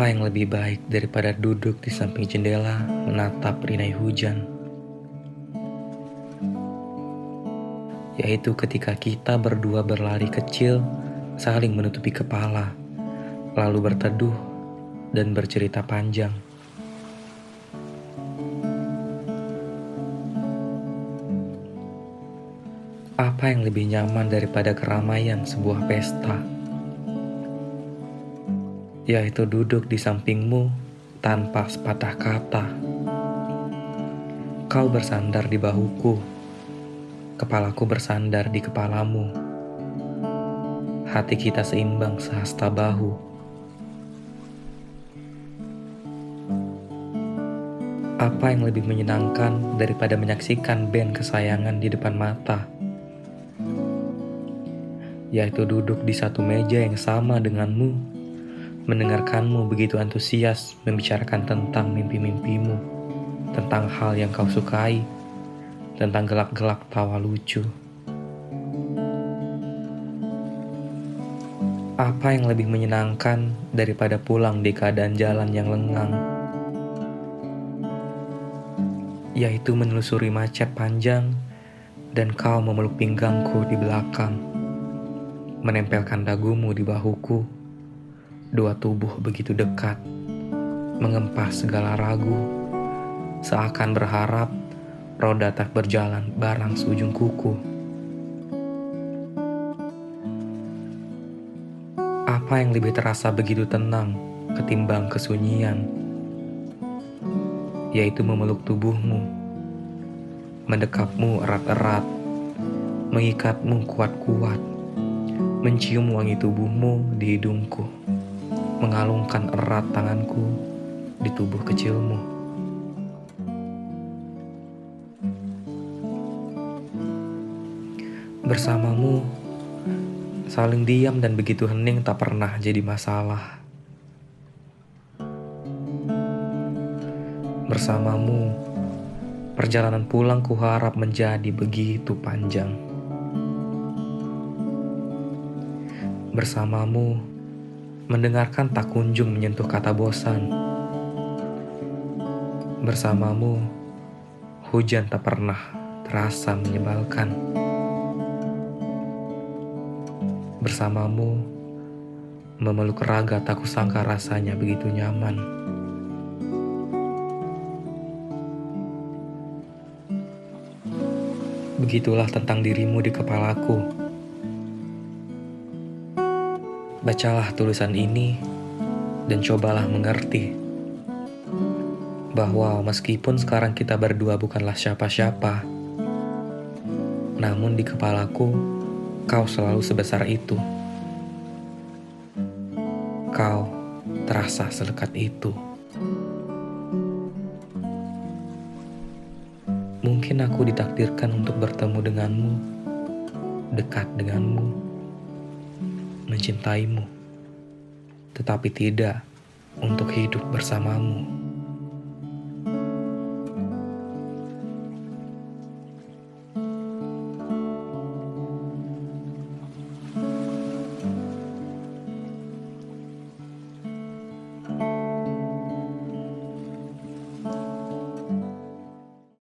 Apa yang lebih baik daripada duduk di samping jendela menatap rinai hujan? Yaitu ketika kita berdua berlari kecil, saling menutupi kepala, lalu berteduh dan bercerita panjang. Apa yang lebih nyaman daripada keramaian sebuah pesta? Yaitu duduk di sampingmu tanpa sepatah kata. Kau bersandar di bahuku, kepalaku bersandar di kepalamu. Hati kita seimbang sehasta bahu. Apa yang lebih menyenangkan daripada menyaksikan band kesayangan di depan mata? Yaitu duduk di satu meja yang sama denganmu, mendengarkanmu begitu antusias membicarakan tentang mimpi-mimpimu, tentang hal yang kau sukai, tentang gelak-gelak tawa lucu. Apa yang lebih menyenangkan daripada pulang di keadaan jalan yang lengang? Yaitu menelusuri macet panjang dan kau memeluk pinggangku di belakang, menempelkan dagumu di bahuku. Dua tubuh begitu dekat, mengempas segala ragu, seakan berharap roda tak berjalan barang seujung kuku. Apa yang lebih terasa begitu tenang ketimbang kesunyian? Yaitu memeluk tubuhmu, mendekapmu erat-erat, mengikatmu kuat-kuat, mencium wangi tubuhmu di hidungku, mengalungkan erat tanganku di tubuh kecilmu. Bersamamu, saling diam dan begitu hening tak pernah jadi masalah. Bersamamu, perjalanan pulang kuharap menjadi begitu panjang. Bersamamu, mendengarkan tak kunjung menyentuh kata bosan. Bersamamu, hujan tak pernah terasa menyebalkan. Bersamamu, memeluk raga tak kusangka rasanya begitu nyaman. Begitulah tentang dirimu di kepalaku. Bacalah tulisan ini dan cobalah mengerti bahwa meskipun sekarang kita berdua bukanlah siapa-siapa, namun di kepalaku kau selalu sebesar itu. Kau terasa selekat itu. Mungkin aku ditakdirkan untuk bertemu denganmu, dekat denganmu, mencintaimu, tetapi tidak untuk hidup bersamamu.